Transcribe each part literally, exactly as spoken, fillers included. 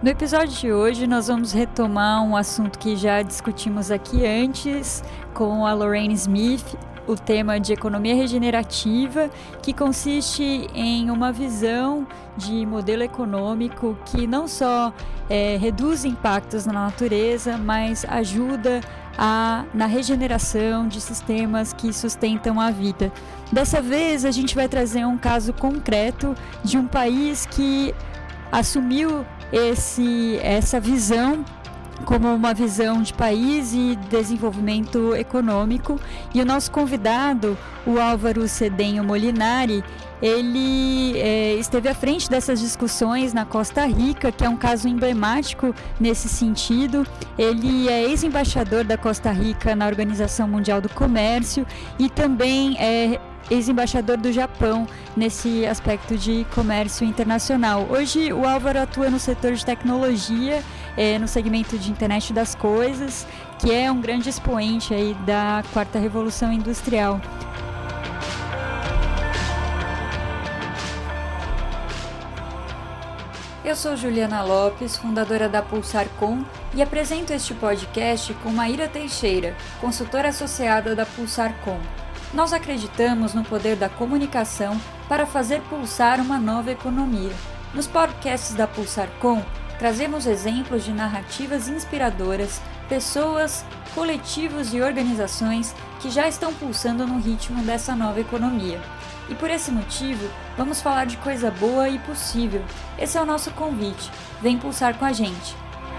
No episódio de hoje, nós vamos retomar um assunto que já discutimos aqui antes com a Lorraine Smith, o tema de economia regenerativa, que consiste em uma visão de modelo econômico que não só é, reduz impactos na natureza, mas ajuda a, na regeneração de sistemas que sustentam a vida. Dessa vez, a gente vai trazer um caso concreto de um país que assumiu esse, essa visão como uma visão de país e desenvolvimento econômico. E o nosso convidado, o Álvaro Cedenho Molinari, ele é, esteve à frente dessas discussões na Costa Rica, que é um caso emblemático nesse sentido. Ele é ex-embaixador da Costa Rica na Organização Mundial do Comércio e também é ex-embaixador do Japão nesse aspecto de comércio internacional. Hoje o Álvaro atua no setor de tecnologia, é, no segmento de internet das coisas, que é um grande expoente aí da quarta revolução industrial. Eu sou Juliana Lopes, fundadora da Pulsar.com, e apresento este podcast com Maíra Teixeira, consultora associada da Pulsar.com. Nós acreditamos no poder da comunicação para fazer pulsar uma nova economia. Nos podcasts da Pulsar.com, trazemos exemplos de narrativas inspiradoras, pessoas, coletivos e organizações que já estão pulsando no ritmo dessa nova economia. E por esse motivo, vamos falar de coisa boa e possível. Esse é o nosso convite. Vem pulsar com a gente.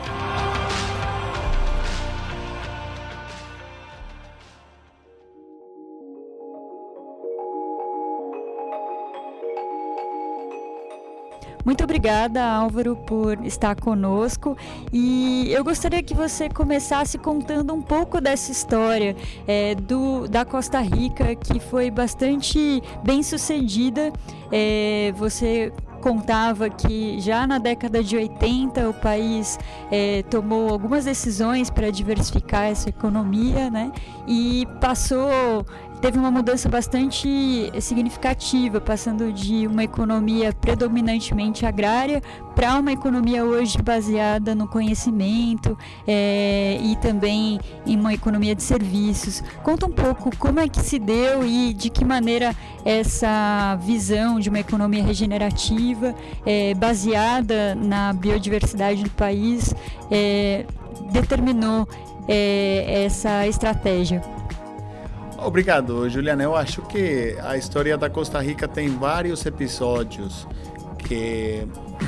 Muito obrigada, Álvaro, por estar conosco, e eu gostaria que você começasse contando um pouco dessa história é, do, da Costa Rica, que foi bastante bem sucedida. É, você contava que já na década de oitenta o país é, tomou algumas decisões para diversificar essa economia, né? E passou... teve uma mudança bastante significativa, passando de uma economia predominantemente agrária para uma economia hoje baseada no conhecimento é, e também em uma economia de serviços. Conta um pouco como é que se deu e de que maneira essa visão de uma economia regenerativa é, baseada na biodiversidade do país é, determinou é, essa estratégia. Obrigado, Juliana. Eu acho que a história da Costa Rica tem vários episódios que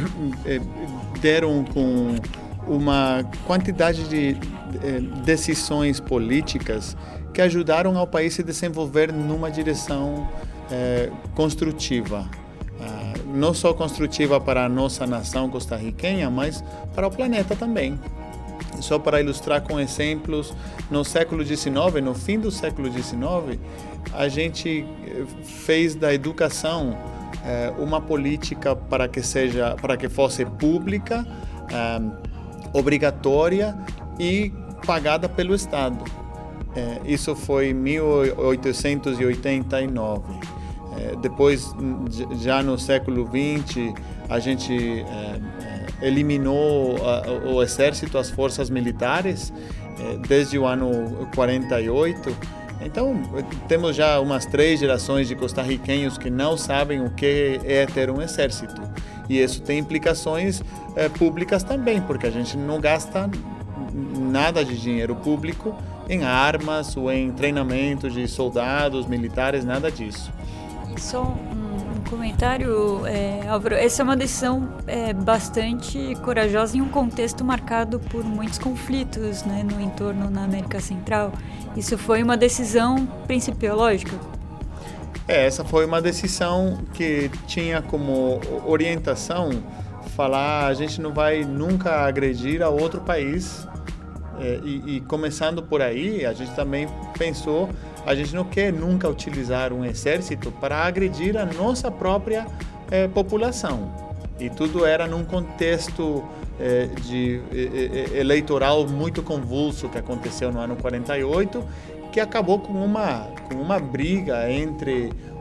deram com uma quantidade de decisões políticas que ajudaram ao país a se desenvolver numa direção eh, construtiva. Ah, não só construtiva para a nossa nação costarriquenha, mas para o planeta também. Só para ilustrar com exemplos, no século dezenove, no fim do século dezenove, a gente fez da educação eh, uma política para que seja, para que fosse pública, eh, obrigatória e pagada pelo Estado. Eh, isso foi em mil oitocentos e oitenta e nove. Eh, depois, já no século vinte, a gente eh, eliminou uh, o exército, as forças militares, eh, desde o ano quarenta e oito. Então, temos já umas três gerações de costarriquenhos que não sabem o que é ter um exército. E isso tem implicações eh, públicas também, porque a gente não gasta nada de dinheiro público em armas ou em treinamento de soldados, militares, nada disso. Só um comentário, é, Álvaro, essa é uma decisão é, bastante corajosa em um contexto marcado por muitos conflitos, né, no entorno na América Central. Isso foi uma decisão principiológica? É, essa foi uma decisão que tinha como orientação falar a gente não vai nunca agredir a outro país. É, e, e começando por aí, a gente também pensou, a gente não quer nunca utilizar um exército para agredir a nossa própria é, população. E tudo era num contexto é, de, é, eleitoral muito convulso que aconteceu no ano quarenta e oito, que acabou com uma, com uma briga entre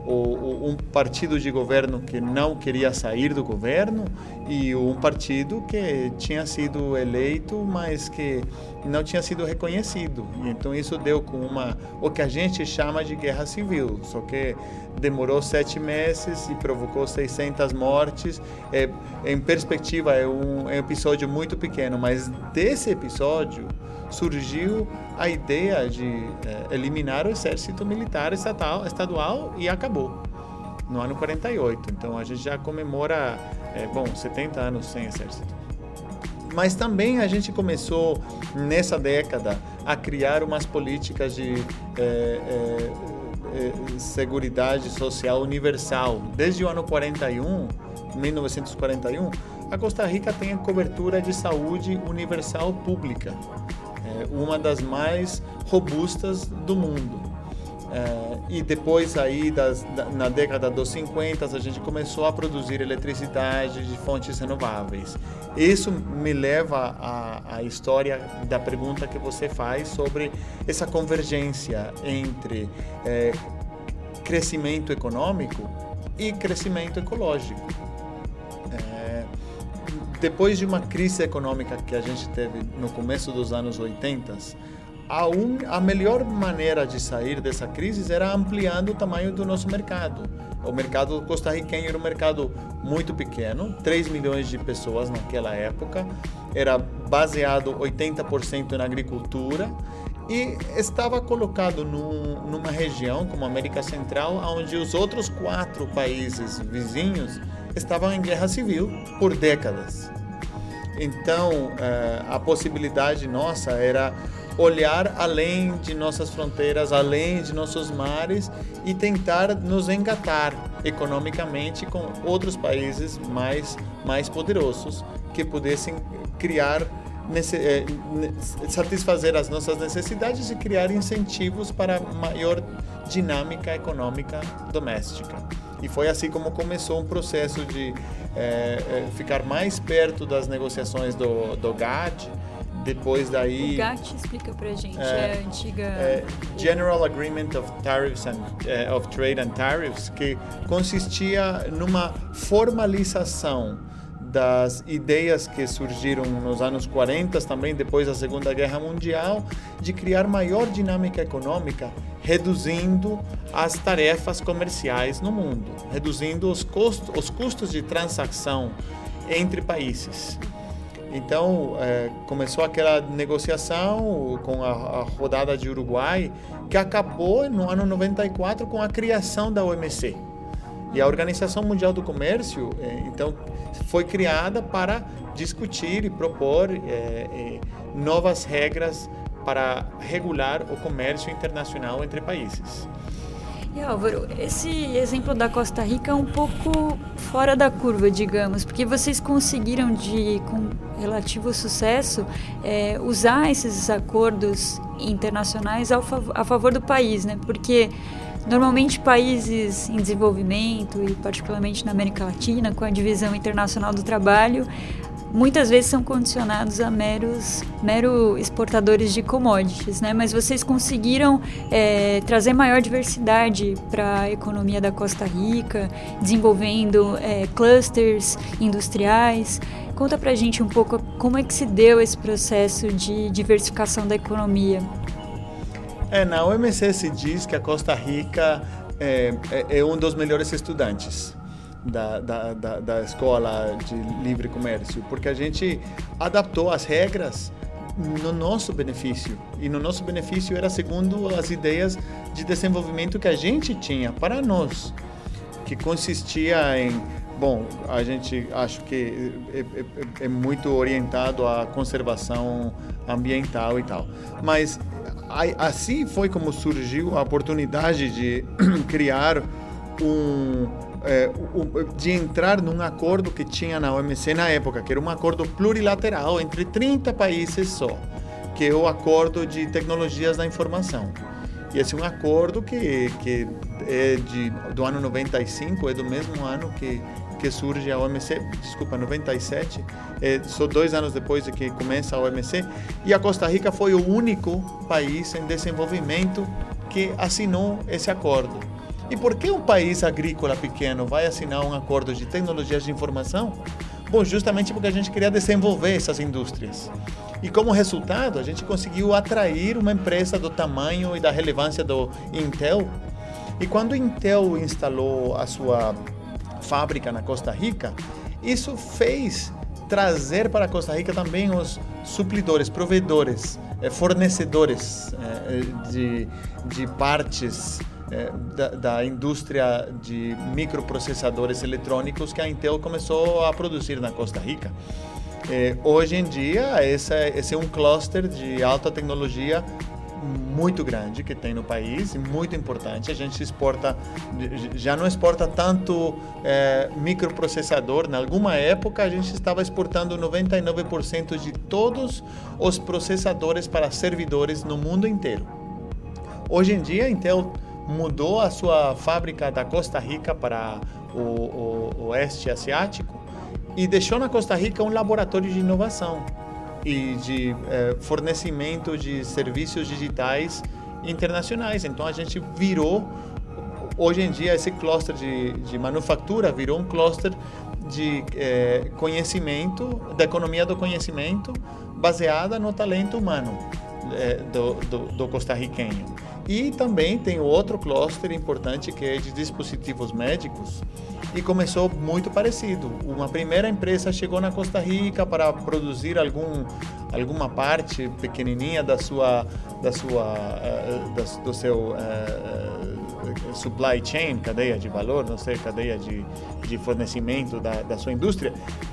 um partido de governo que não queria sair do governo e um partido que tinha sido eleito, mas que não tinha sido reconhecido. E então isso deu com uma o que a gente chama de guerra civil, só que demorou sete meses e provocou seiscentas mortes. É, em perspectiva, é um, é um episódio muito pequeno, mas desse episódio surgiu a ideia de é, eliminar o exército militar estatal, estadual e acabou no ano quarenta e oito. Então a gente já comemora, é, bom, setenta anos sem exército. Mas também a gente começou nessa década a criar umas políticas de é, é, é, seguridade social universal. Desde o ano quarenta e um, mil novecentos e quarenta e um, a Costa Rica tem a cobertura de saúde universal pública, é uma das mais robustas do mundo. É, e depois aí das, da, na década dos cinquenta a gente começou a produzir eletricidade de fontes renováveis. Isso me leva à, à história da pergunta que você faz sobre essa convergência entre é, crescimento econômico e crescimento ecológico. É, depois de uma crise econômica que a gente teve no começo dos anos oitenta, A, un, a melhor maneira de sair dessa crise era ampliando o tamanho do nosso mercado. O mercado costarriquenho era um mercado muito pequeno, três milhões de pessoas naquela época, era baseado oitenta por cento na agricultura e estava colocado num, numa região como a América Central, onde os outros quatro países vizinhos estavam em guerra civil por décadas. Então, a possibilidade nossa era olhar além de nossas fronteiras, além de nossos mares e tentar nos engatar economicamente com outros países mais, mais poderosos que pudessem criar, satisfazer as nossas necessidades e criar incentivos para maior dinâmica econômica doméstica. E foi assim como começou um processo de é, ficar mais perto das negociações do, do G A T. Depois daí... O G A T, explica pra gente, é, é a antiga... É, General Agreement of Tariffs and, uh, of Trade and Tariffs, que consistia numa formalização das ideias que surgiram nos anos quarenta, também depois da Segunda Guerra Mundial, de criar maior dinâmica econômica, reduzindo as tarefas comerciais no mundo, reduzindo os custos, os custos de transação entre países. Então, é, começou aquela negociação com a, a rodada de Uruguai, que acabou no ano noventa e quatro com a criação da O M C. E a Organização Mundial do Comércio, é, então, foi criada para discutir e propor é, é, novas regras para regular o comércio internacional entre países. E, Álvaro, esse exemplo da Costa Rica é um pouco fora da curva, digamos, porque vocês conseguiram, de, com relativo sucesso, é, usar esses acordos internacionais ao fav- a favor do país, né? Porque normalmente países em desenvolvimento, e particularmente na América Latina, com a divisão internacional do trabalho, muitas vezes são condicionados a meros, mero exportadores de commodities, né? Mas vocês conseguiram é, trazer maior diversidade para a economia da Costa Rica, desenvolvendo é, clusters industriais. Conta pra gente um pouco como é que se deu esse processo de diversificação da economia. É, na O M C se diz que a Costa Rica é, é, é um dos melhores estudantes Da, da, da, da escola de livre comércio, porque a gente adaptou as regras no nosso benefício, e no nosso benefício era segundo as ideias de desenvolvimento que a gente tinha para nós, que consistia em, bom, a gente acho que é, é, é muito orientado à conservação ambiental e tal, mas assim foi como surgiu a oportunidade de criar um É, de entrar num acordo que tinha na O M C na época, que era um acordo plurilateral entre trinta países só, que é o Acordo de Tecnologias da Informação. E esse é um acordo que, que é de, do ano noventa e cinco, é do mesmo ano que, que surge a O M C, desculpa, noventa e sete, é só dois anos depois de que começa a O M C, e a Costa Rica foi o único país em desenvolvimento que assinou esse acordo. E por que um país agrícola pequeno vai assinar um acordo de tecnologias de informação? Bom, justamente porque a gente queria desenvolver essas indústrias. E como resultado, a gente conseguiu atrair uma empresa do tamanho e da relevância do Intel. E quando o Intel instalou a sua fábrica na Costa Rica, isso fez trazer para Costa Rica também os suplidores, provedores, fornecedores de, de partes da, da indústria de microprocessadores eletrônicos que a Intel começou a produzir na Costa Rica. Hoje em dia, esse é, esse é um cluster de alta tecnologia muito grande que tem no país e muito importante. A gente exporta, já não exporta tanto é, microprocessador. Na alguma época a gente estava exportando noventa e nove por cento de todos os processadores para servidores no mundo inteiro. Hoje em dia a Intel mudou a sua fábrica da Costa Rica para o, o, o oeste asiático e deixou na Costa Rica um laboratório de inovação e de eh, fornecimento de serviços digitais internacionais. Então a gente virou, hoje em dia, esse cluster de, de manufatura virou um cluster de eh, conhecimento, da economia do conhecimento baseada no talento humano eh, do, do, do costarriquenho. E também tem outro cluster importante que é de dispositivos médicos e começou muito parecido. Uma primeira empresa chegou na Costa Rica para produzir algum, alguma parte pequenininha da sua, da sua, uh, da, do seu uh, supply chain, cadeia de valor, não sei, cadeia de, de fornecimento da, da sua indústria.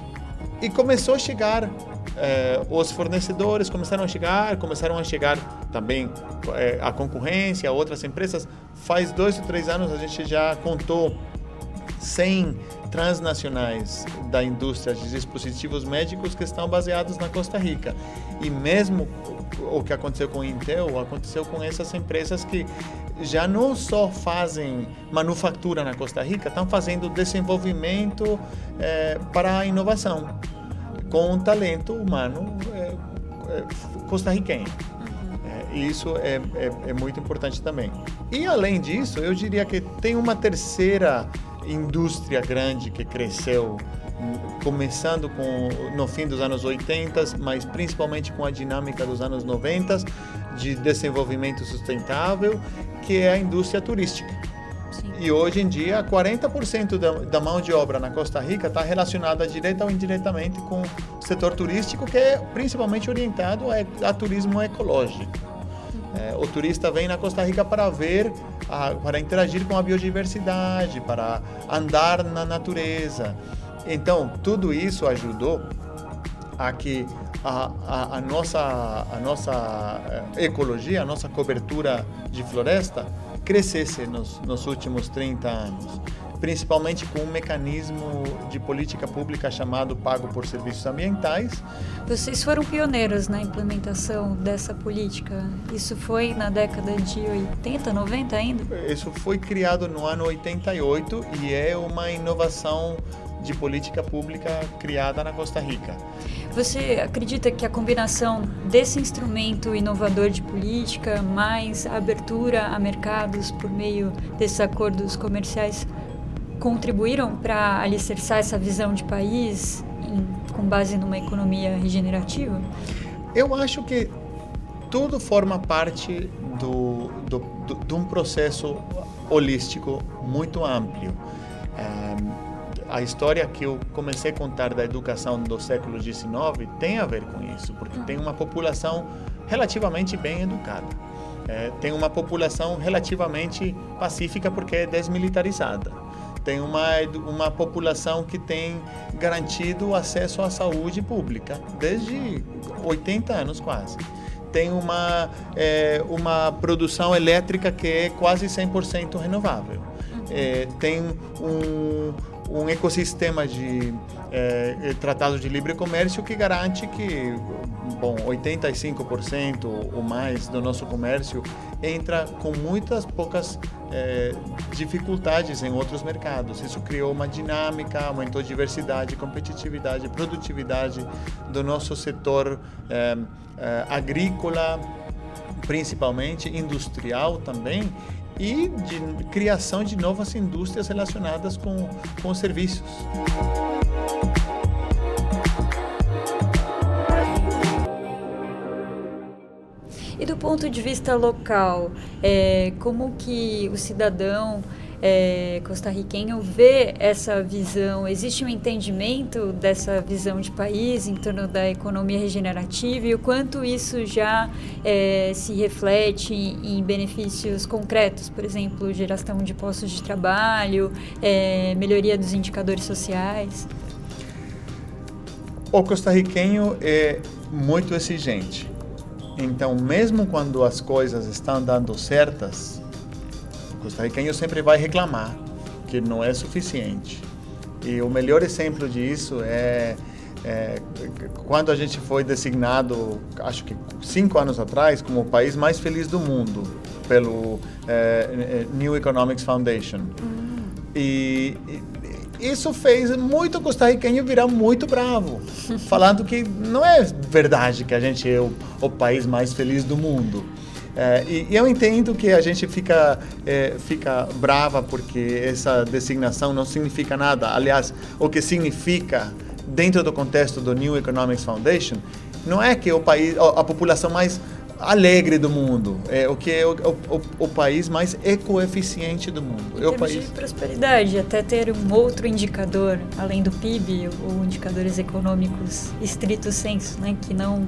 E começou a chegar, eh, os fornecedores começaram a chegar, começaram a chegar também eh, a concorrência, outras empresas. Faz dois ou três anos a gente já contou cem transnacionais da indústria de dispositivos médicos que estão baseados na Costa Rica. E mesmo o que aconteceu com a Intel, aconteceu com essas empresas que já não só fazem manufatura na Costa Rica, estão fazendo desenvolvimento eh, para a inovação, com um talento humano eh, eh, costarriquenho. Uhum. E isso é, é, é muito importante também. E além disso, eu diria que tem uma terceira indústria grande que cresceu, começando com, no fim dos anos oitenta, mas principalmente com a dinâmica dos anos noventa, de desenvolvimento sustentável, que é a indústria turística. Sim. E hoje em dia, quarenta por cento da, da mão de obra na Costa Rica está relacionada direta ou indiretamente com o setor turístico, que é principalmente orientado a, a turismo ecológico. É, o turista vem na Costa Rica para ver, a, para interagir com a biodiversidade, para andar na natureza. Então, tudo isso ajudou a que a, a, a, nossa, a nossa ecologia, a nossa cobertura de floresta crescesse nos, nos últimos trinta anos, principalmente com um mecanismo de política pública chamado Pago por Serviços Ambientais. Vocês foram pioneiros na implementação dessa política. Isso foi na década de oitenta, noventa ainda? Isso foi criado no ano oitenta e oito e é uma inovação de política pública criada na Costa Rica. Você acredita que a combinação desse instrumento inovador de política mais a abertura a mercados por meio desses acordos comerciais contribuíram para alicerçar essa visão de país em, com base numa economia regenerativa? Eu acho que tudo forma parte do, do, do, de um processo holístico muito amplo. Um, a história que eu comecei a contar da educação do século dezenove tem a ver com isso, porque tem uma população relativamente bem educada. É, tem uma população relativamente pacífica porque é desmilitarizada. Tem uma, uma população que tem garantido acesso à saúde pública desde oitenta anos quase. Tem uma, é, uma produção elétrica que é quase cem por cento renovável. É, tem um, um ecossistema de é, tratados de livre comércio que garante que bom, oitenta e cinco por cento ou mais do nosso comércio entra com muitas poucas é, dificuldades em outros mercados. Isso criou uma dinâmica, aumentou a diversidade, competitividade, produtividade do nosso setor é, é, agrícola, principalmente industrial também, e de criação de novas indústrias relacionadas com, com serviços. E do ponto de vista local, é, como que o cidadão é, costarriquenho vê essa visão? Existe um entendimento dessa visão de país em torno da economia regenerativa e o quanto isso já é, se reflete em benefícios concretos, por exemplo, geração de postos de trabalho, é, melhoria dos indicadores sociais? O costarriquenho é muito exigente. Então, mesmo quando as coisas estão dando certas, o costarriquenho sempre vai reclamar que não é suficiente. E o melhor exemplo disso é, é quando a gente foi designado, acho que cinco anos atrás, como o país mais feliz do mundo pelo é, New Economics Foundation. Hum. E, e isso fez muito costarriquenho virar muito bravo, falando que não é verdade que a gente é o, o país mais feliz do mundo. É, e, e eu entendo que a gente fica, é, fica brava porque essa designação não significa nada. Aliás, o que significa, dentro do contexto do New Economics Foundation, não é que o país, a população mais alegre do mundo, é o que é o, o, o país mais ecoeficiente do mundo. Em é o termos país de prosperidade, até ter um outro indicador, além do P I B, ou indicadores econômicos estrito sensu, né, que não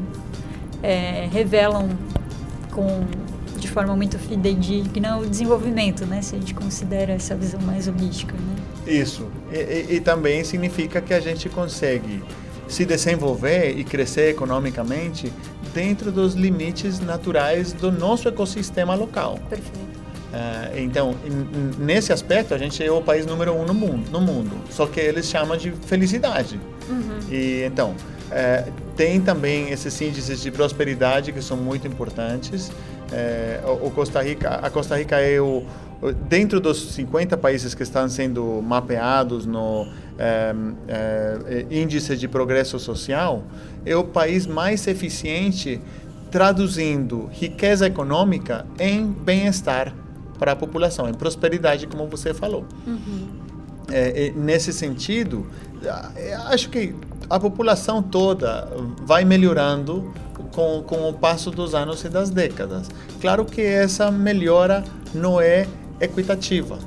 é, revelam com, de forma muito fidedigna o desenvolvimento, né, se a gente considera essa visão mais holística. Né? Isso, e, e, e também significa que a gente consegue se desenvolver e crescer economicamente dentro dos limites naturais do nosso ecossistema local. Perfeito. Uh, então, n- nesse aspecto, a gente é o país número um no mundo, no mundo. Só que eles chamam de felicidade. Uhum. E então, uh, tem também esses índices de prosperidade que são muito importantes. Uh, o Costa Rica, a Costa Rica é o dentro dos cinquenta países que estão sendo mapeados no é, é, índice de progresso social, é o país mais eficiente traduzindo riqueza econômica em bem-estar para a população, em prosperidade, como você falou. Uhum. É, nesse sentido, acho que a população toda vai melhorando com, com o passo dos anos e das décadas. Claro que essa melhora não é equitativa.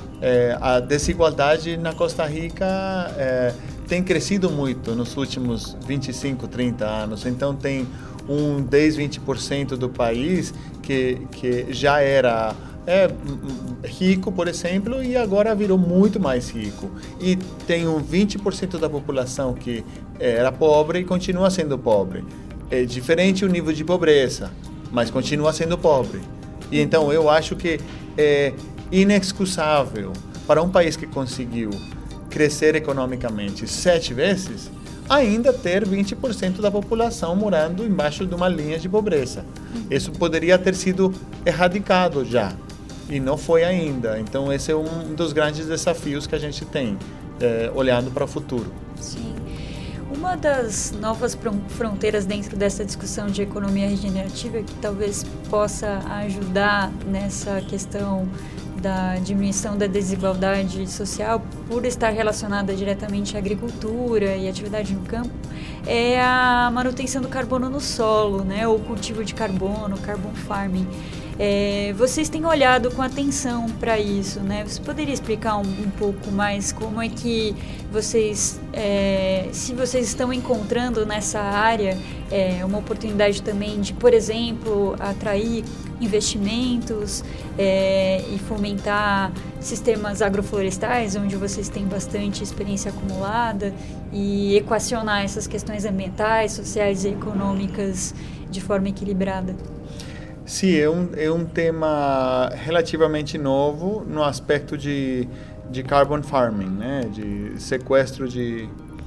É, a desigualdade na Costa Rica é, tem crescido muito nos últimos vinte e cinco, trinta anos. Então, tem um dez, vinte por cento do país que, que já era é, rico, por exemplo, e agora virou muito mais rico. E tem um vinte por cento da população que era pobre e continua sendo pobre. É diferente o nível de pobreza, mas continua sendo pobre. E então eu acho que é inexcusável para um país que conseguiu crescer economicamente sete vezes, ainda ter vinte por cento da população morando embaixo de uma linha de pobreza. Isso poderia ter sido erradicado já, e não foi ainda. Então esse é um dos grandes desafios que a gente tem, é, olhando para o futuro. Sim. Uma das novas fronteiras dentro dessa discussão de economia regenerativa que talvez possa ajudar nessa questão da diminuição da desigualdade social por estar relacionada diretamente à agricultura e atividade no campo é a manutenção do carbono no solo, né? O cultivo de carbono, carbon farming. É, vocês têm olhado com atenção para isso, né? Você poderia explicar um, um pouco mais como é que vocês, é, se vocês estão encontrando nessa área é, uma oportunidade também de, por exemplo, atrair investimentos é, e fomentar sistemas agroflorestais, onde vocês têm bastante experiência acumulada, e equacionar essas questões ambientais, sociais e econômicas de forma equilibrada? Sim, é um, é um tema relativamente novo no aspecto de, de carbon farming, né? De sequestro de,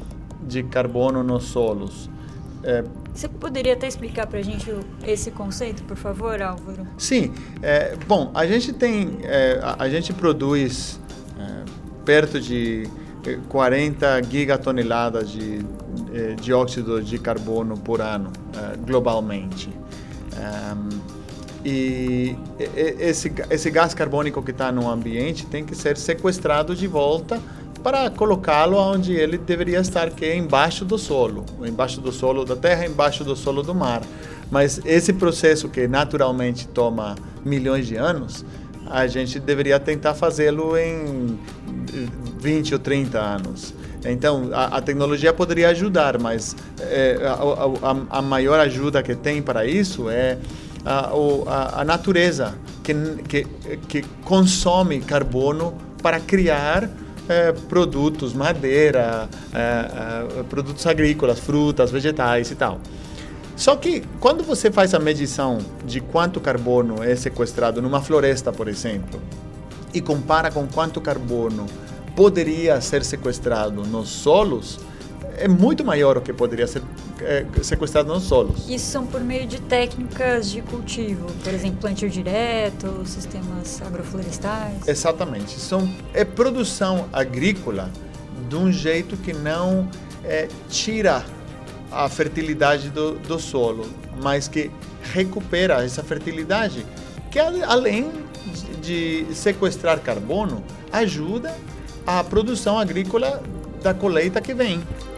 de carbono nos solos. É, Você poderia até explicar para a gente esse conceito, por favor, Álvaro? Sim. É, bom, a gente tem, é, a, a gente produz é, perto de quarenta gigatoneladas de é, dióxido de carbono por ano, é, globalmente. Um, E esse, esse gás carbônico que está no ambiente tem que ser sequestrado de volta para colocá-lo onde ele deveria estar, que é embaixo do solo, embaixo do solo da terra, embaixo do solo do mar. Mas esse processo que naturalmente toma milhões de anos, a gente deveria tentar fazê-lo em vinte ou trinta anos. Então, a, a tecnologia poderia ajudar, mas é, a, a, a maior ajuda que tem para isso é a, a, a natureza, que, que, que consome carbono para criar é, produtos, madeira, é, é, produtos agrícolas, frutas, vegetais e tal. Só que, quando você faz a medição de quanto carbono é sequestrado numa floresta, por exemplo, e compara com quanto carbono poderia ser sequestrado nos solos, é muito maior o que poderia ser é, sequestrado nos solos. Isso são por meio de técnicas de cultivo, por exemplo, plantio direto, sistemas agroflorestais? Exatamente. São, é produção agrícola de um jeito que não é, tira a fertilidade do, do solo, mas que recupera essa fertilidade, que além de sequestrar carbono, ajuda a produção agrícola da colheita que vem.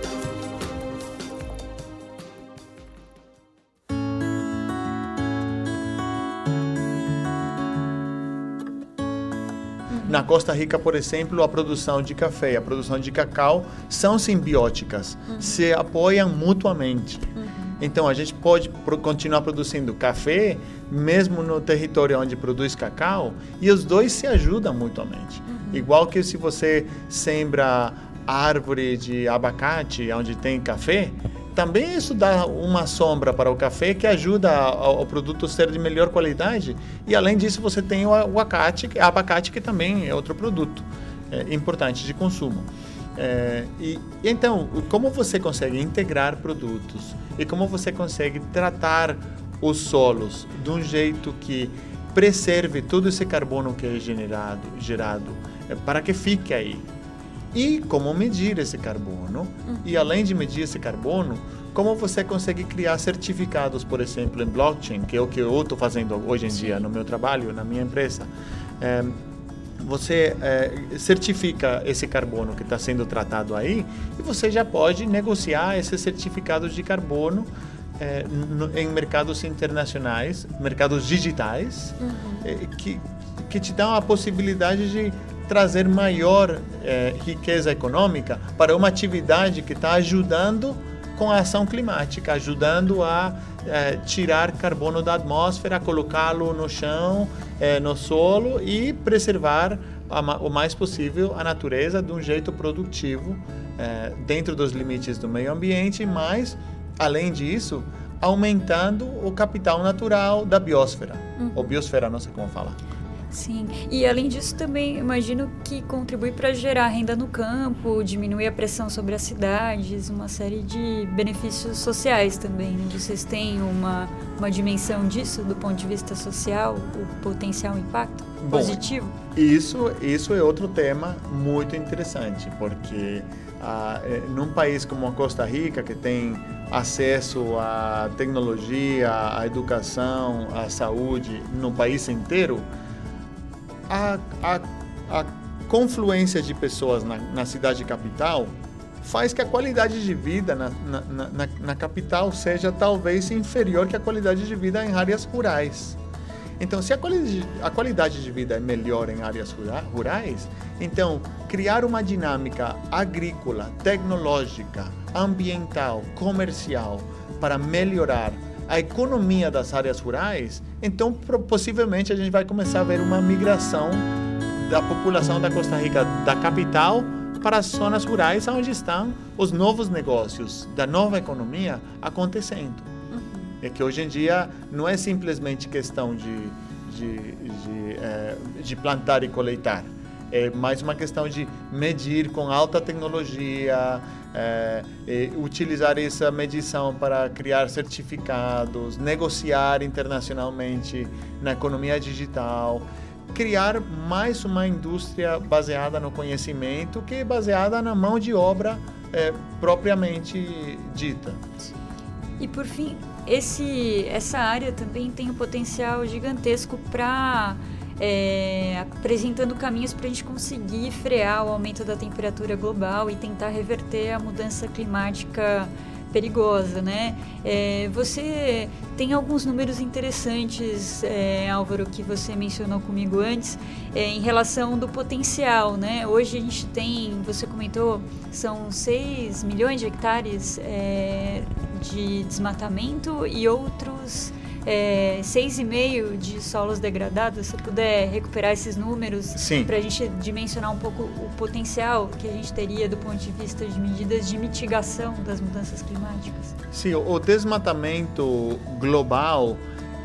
Na Costa Rica, por exemplo, a produção de café e a produção de cacau são simbióticas, uhum. se apoiam mutuamente. Uhum. Então, a gente pode pro- continuar produzindo café, mesmo no território onde produz cacau, e os dois se ajudam mutuamente. Uhum. Igual que se você sembra árvore de abacate onde tem café, também isso dá uma sombra para o café que ajuda ao, ao produto ser de melhor qualidade. E além disso, você tem o abacate, o abacate que também é outro produto é, importante de consumo. É, e então, como você consegue integrar produtos e como você consegue tratar os solos de um jeito que preserve todo esse carbono que é generado, gerado é, para que fique aí. E como medir esse carbono, uhum. e além de medir esse carbono, como você consegue criar certificados, por exemplo, em blockchain, que é o que eu estou fazendo hoje em Sim. dia no meu trabalho, na minha empresa. É, você é, certifica esse carbono que está sendo tratado aí e você já pode negociar esses certificados de carbono é, no, em mercados internacionais, mercados digitais, uhum. é, que, que te dão a possibilidade de trazer maior eh, riqueza econômica para uma atividade que está ajudando com a ação climática, ajudando a eh, tirar carbono da atmosfera, colocá-lo no chão, eh, no solo e preservar a, o mais possível a natureza de um jeito produtivo, eh, dentro dos limites do meio ambiente, mas, além disso, aumentando o capital natural da biosfera, uhum. ou biosfera, não sei como falar. Sim, e além disso também imagino que contribui para gerar renda no campo, diminuir a pressão sobre as cidades, uma série de benefícios sociais também, né? Vocês têm uma, uma dimensão disso do ponto de vista social, o potencial impacto Bom, positivo? Isso, isso é outro tema muito interessante, porque ah, num país como a Costa Rica, que tem acesso à tecnologia, à educação, à saúde no país inteiro, A, a, a confluência de pessoas na, na cidade capital faz que a qualidade de vida na, na, na, na capital seja talvez inferior que a qualidade de vida em áreas rurais. Então, se a qualidade, a qualidade de vida é melhor em áreas rura, rurais, então criar uma dinâmica agrícola, tecnológica, ambiental, comercial para melhorar a economia das áreas rurais, então possivelmente a gente vai começar a ver uma migração da população da Costa Rica, da capital, para as zonas rurais, onde estão os novos negócios da nova economia acontecendo. Uhum. É que hoje em dia não é simplesmente questão de, de, de, é, de plantar e coletar. É mais uma questão de medir com alta tecnologia, é, é, utilizar essa medição para criar certificados, negociar internacionalmente na economia digital, criar mais uma indústria baseada no conhecimento que baseada na mão de obra é, propriamente dita. E por fim, esse, essa área também tem um potencial gigantesco para é, apresentando caminhos para a gente conseguir frear o aumento da temperatura global e tentar reverter a mudança climática perigosa, né? É, você tem alguns números interessantes, é, Álvaro, que você mencionou comigo antes, é, em relação do potencial, né? Hoje a gente tem, você comentou, são seis milhões de hectares é, de desmatamento e outros é, seis vírgula cinco de solos degradados. Se você puder recuperar esses números para a gente dimensionar um pouco o potencial que a gente teria do ponto de vista de medidas de mitigação das mudanças climáticas. Sim, o desmatamento global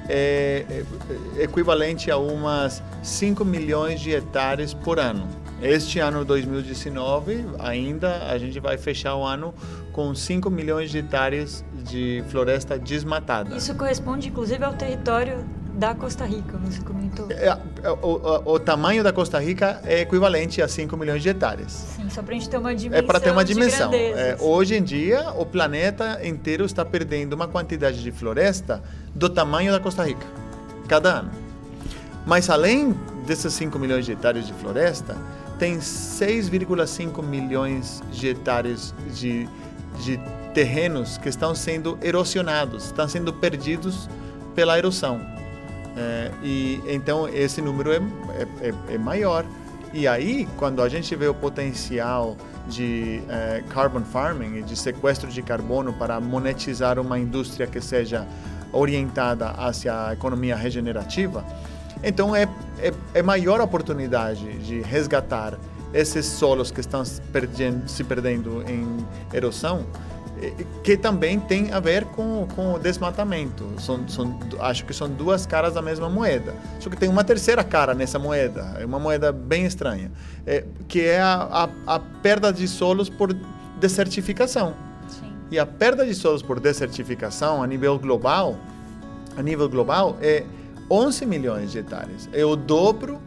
é equivalente a umas cinco milhões de hectares por ano. Este ano, dois mil e dezenove, ainda a gente vai fechar o ano com cinco milhões de hectares de floresta desmatada. Isso corresponde, inclusive, ao território da Costa Rica, você comentou. É, o, o, o tamanho da Costa Rica é equivalente a cinco milhões de hectares. Sim, só para a gente ter uma dimensão. É para ter uma dimensão. É, hoje em dia, o planeta inteiro está perdendo uma quantidade de floresta do tamanho da Costa Rica, cada ano. Mas além desses cinco milhões de hectares de floresta, tem seis vírgula cinco milhões de hectares de, de terrenos que estão sendo erosionados, estão sendo perdidos pela erosão. É, e então esse número é, é, é maior. E aí, quando a gente vê o potencial de é, carbon farming, de sequestro de carbono para monetizar uma indústria que seja orientada hacia a economia regenerativa, então é, é, é maior a oportunidade de resgatar esses solos que estão se perdendo, se perdendo em erosão, que também tem a ver com, com o desmatamento. São, são, acho que são duas caras da mesma moeda. Só que tem uma terceira cara nessa moeda, é uma moeda bem estranha, é, que é a, a, a perda de solos por desertificação. Sim. E a perda de solos por desertificação a nível global, a nível global é onze milhões de hectares. É o dobro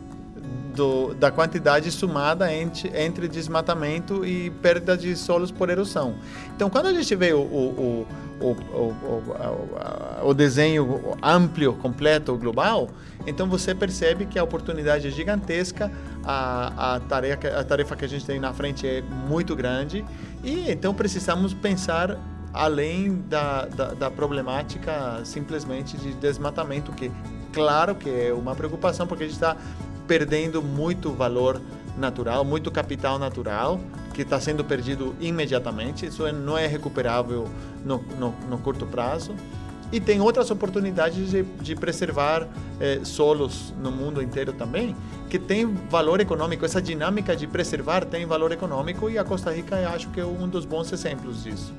do, da quantidade somada entre, entre desmatamento e perda de solos por erosão. Então, quando a gente vê o, o, o, o, o, o desenho amplo, completo, global, então você percebe que a oportunidade é gigantesca, a, a, tarefa, a tarefa que a gente tem na frente é muito grande e então precisamos pensar além da, da, da problemática simplesmente de desmatamento, que claro que é uma preocupação, porque a gente está perdendo muito valor natural, muito capital natural, que está sendo perdido imediatamente, isso não é recuperável no, no, no curto prazo. E tem outras oportunidades de, de preservar eh, solos no mundo inteiro também, que tem valor econômico. Essa dinâmica de preservar tem valor econômico e a Costa Rica, eu acho que é um dos bons exemplos disso.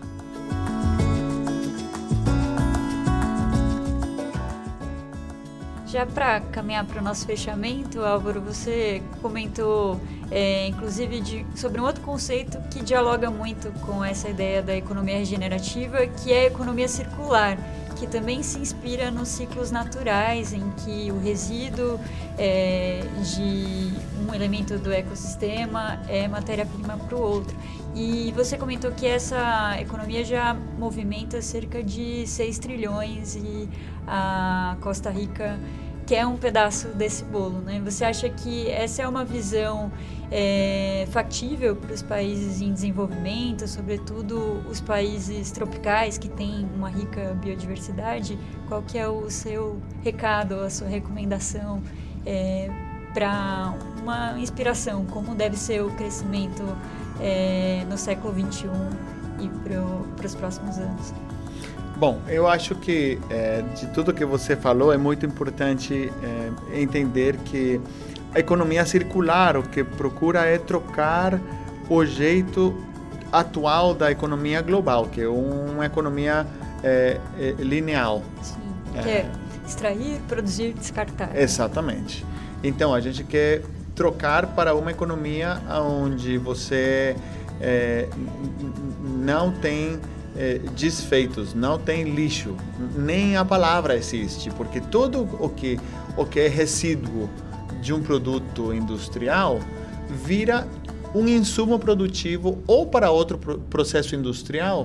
Já para caminhar para o nosso fechamento, Álvaro, você comentou, é, inclusive, de, sobre um outro conceito que dialoga muito com essa ideia da economia regenerativa, que é a economia circular, que também se inspira nos ciclos naturais, em que o resíduo é, de um elemento do ecossistema é matéria-prima para o outro. E você comentou que essa economia já movimenta cerca de seis trilhões e a Costa Rica quer um pedaço desse bolo, né? Você acha que essa é uma visão é, factível para os países em desenvolvimento, sobretudo os países tropicais que têm uma rica biodiversidade? Qual que é o seu recado, a sua recomendação é, para uma inspiração? Como deve ser o crescimento é, no século vinte e um e para os próximos anos? Bom, eu acho que é, de tudo que você falou é muito importante é, entender que a economia circular o que procura é trocar o jeito atual da economia global, que é uma economia é, é, linear. Sim, que é extrair, produzir, descartar. Exatamente. Então, a gente quer trocar para uma economia onde você é, não tem É, desfeitos, não tem lixo, nem a palavra existe, porque tudo o que, o que é resíduo de um produto industrial vira um insumo produtivo ou para outro processo industrial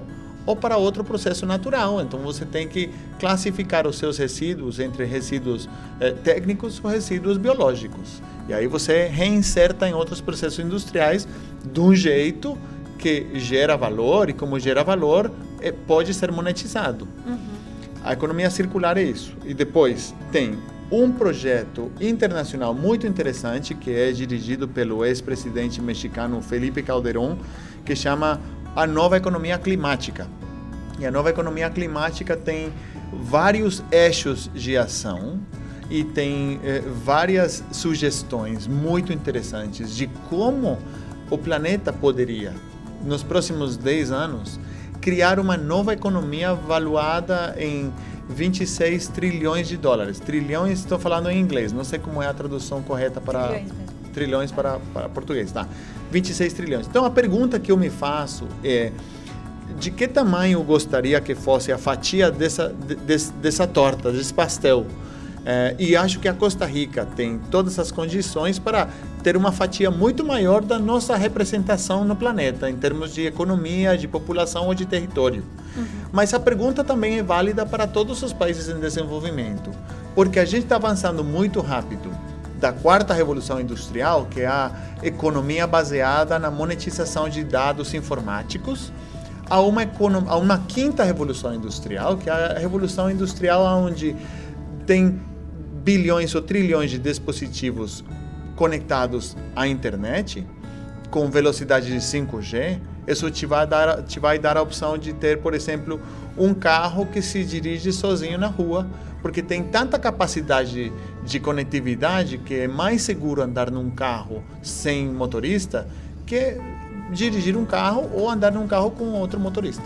ou para outro processo natural. Então você tem que classificar os seus resíduos entre resíduos eh, técnicos ou resíduos biológicos. E aí você reinserta em outros processos industriais de um jeito que gera valor, e como gera valor, eh, pode ser monetizado. Uhum. A economia circular é isso. E depois tem um projeto internacional muito interessante que é dirigido pelo ex-presidente mexicano Felipe Calderón, que chama a Nova Economia Climática. E a Nova Economia Climática tem vários eixos de ação e tem eh, várias sugestões muito interessantes de como o planeta poderia, nos próximos dez anos, criar uma nova economia valuada em vinte e seis trilhões de dólares. Trilhões, estou falando em inglês, não sei como é a tradução correta para trilhões, trilhões para, para português, tá? vinte e seis trilhões. Então a pergunta que eu me faço é: de que tamanho eu gostaria que fosse a fatia dessa, de, dessa torta, desse pastel? É, e acho que a Costa Rica tem todas as condições para ter uma fatia muito maior da nossa representação no planeta, em termos de economia, de população ou de território. Uhum. Mas a pergunta também é válida para todos os países em desenvolvimento, porque a gente está avançando muito rápido da quarta revolução industrial, que é a economia baseada na monetização de dados informáticos, a uma, econom- a uma quinta revolução industrial, que é a revolução industrial onde tem bilhões ou trilhões de dispositivos conectados à internet, com velocidade de cinco G. Isso te vai dar, te vai dar a opção de ter, por exemplo, um carro que se dirige sozinho na rua, porque tem tanta capacidade de conectividade que é mais seguro andar num carro sem motorista que dirigir um carro ou andar num carro com outro motorista.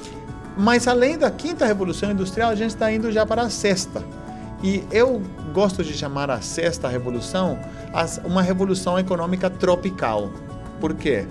Mas além da quinta revolução industrial, a gente está indo já para a sexta. E eu gosto de chamar a sexta revolução uma revolução econômica tropical. Por quê?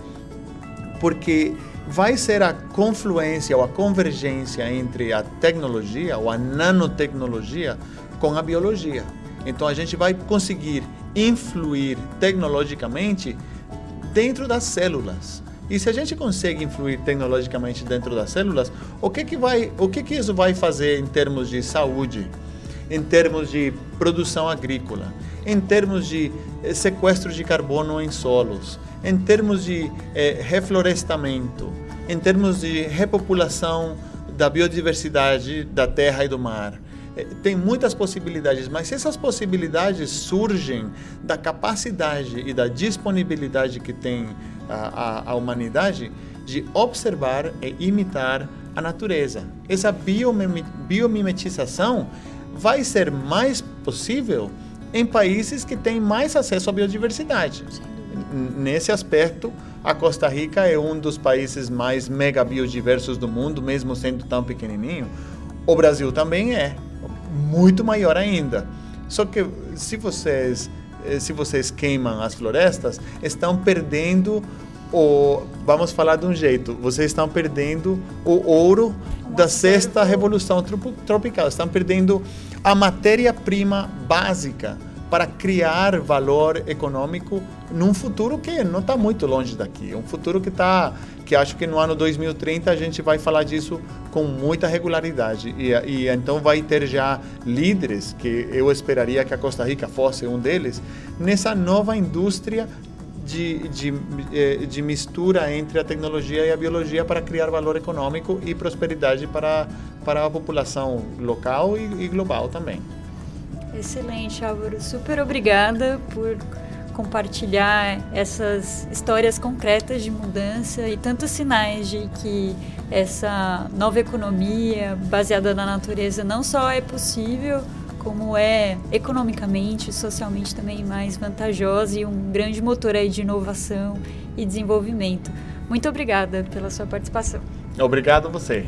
Porque vai ser a confluência ou a convergência entre a tecnologia ou a nanotecnologia com a biologia. Então a gente vai conseguir influir tecnologicamente dentro das células. E se a gente consegue influir tecnologicamente dentro das células, o que que vai, o que que isso vai fazer em termos de saúde, em termos de produção agrícola, em termos de eh, sequestro de carbono em solos, em termos de eh, reflorestamento, em termos de repopulação da biodiversidade da terra e do mar. Eh, tem muitas possibilidades, mas essas possibilidades surgem da capacidade e da disponibilidade que tem a, a, a humanidade de observar e imitar a natureza. Essa biomim- biomimetização vai ser mais possível em países que têm mais acesso à biodiversidade. Nesse aspecto, a Costa Rica é um dos países mais mega biodiversos do mundo, mesmo sendo tão pequenininho. O Brasil também é, muito maior ainda. Só que se vocês, se vocês queimam as florestas, estão perdendo o... Vamos falar de um jeito, vocês estão perdendo o ouro da sexta revolução tropical. Estão perdendo a matéria-prima básica para criar valor econômico num futuro que não está muito longe daqui. É um futuro que está, que acho que no ano dois mil e trinta a gente vai falar disso com muita regularidade. E, e então vai ter já líderes, que eu esperaria que a Costa Rica fosse um deles, nessa nova indústria De, de, de mistura entre a tecnologia e a biologia para criar valor econômico e prosperidade para, para a população local e, e global também. Excelente, Álvaro. Super obrigada por compartilhar essas histórias concretas de mudança e tantos sinais de que essa nova economia baseada na natureza não só é possível, como é economicamente e socialmente também mais vantajosa e um grande motor aí de inovação e desenvolvimento. Muito obrigada pela sua participação. Obrigado a você.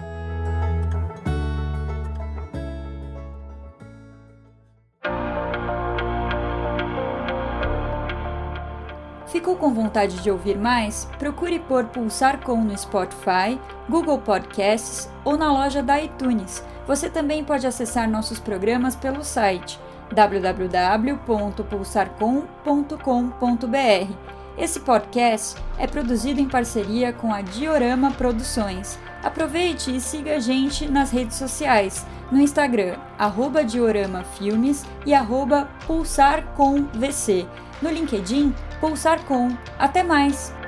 Ficou com vontade de ouvir mais? Procure por Pulsar Com no Spotify, Google Podcasts ou na loja da iTunes. Você também pode acessar nossos programas pelo site w w w ponto pulsar com ponto com ponto b r. Esse podcast é produzido em parceria com a Diorama Produções. Aproveite e siga a gente nas redes sociais, no Instagram, arroba dioramafilmes e arroba pulsarcomvc. No LinkedIn, pulsarcom. Até mais!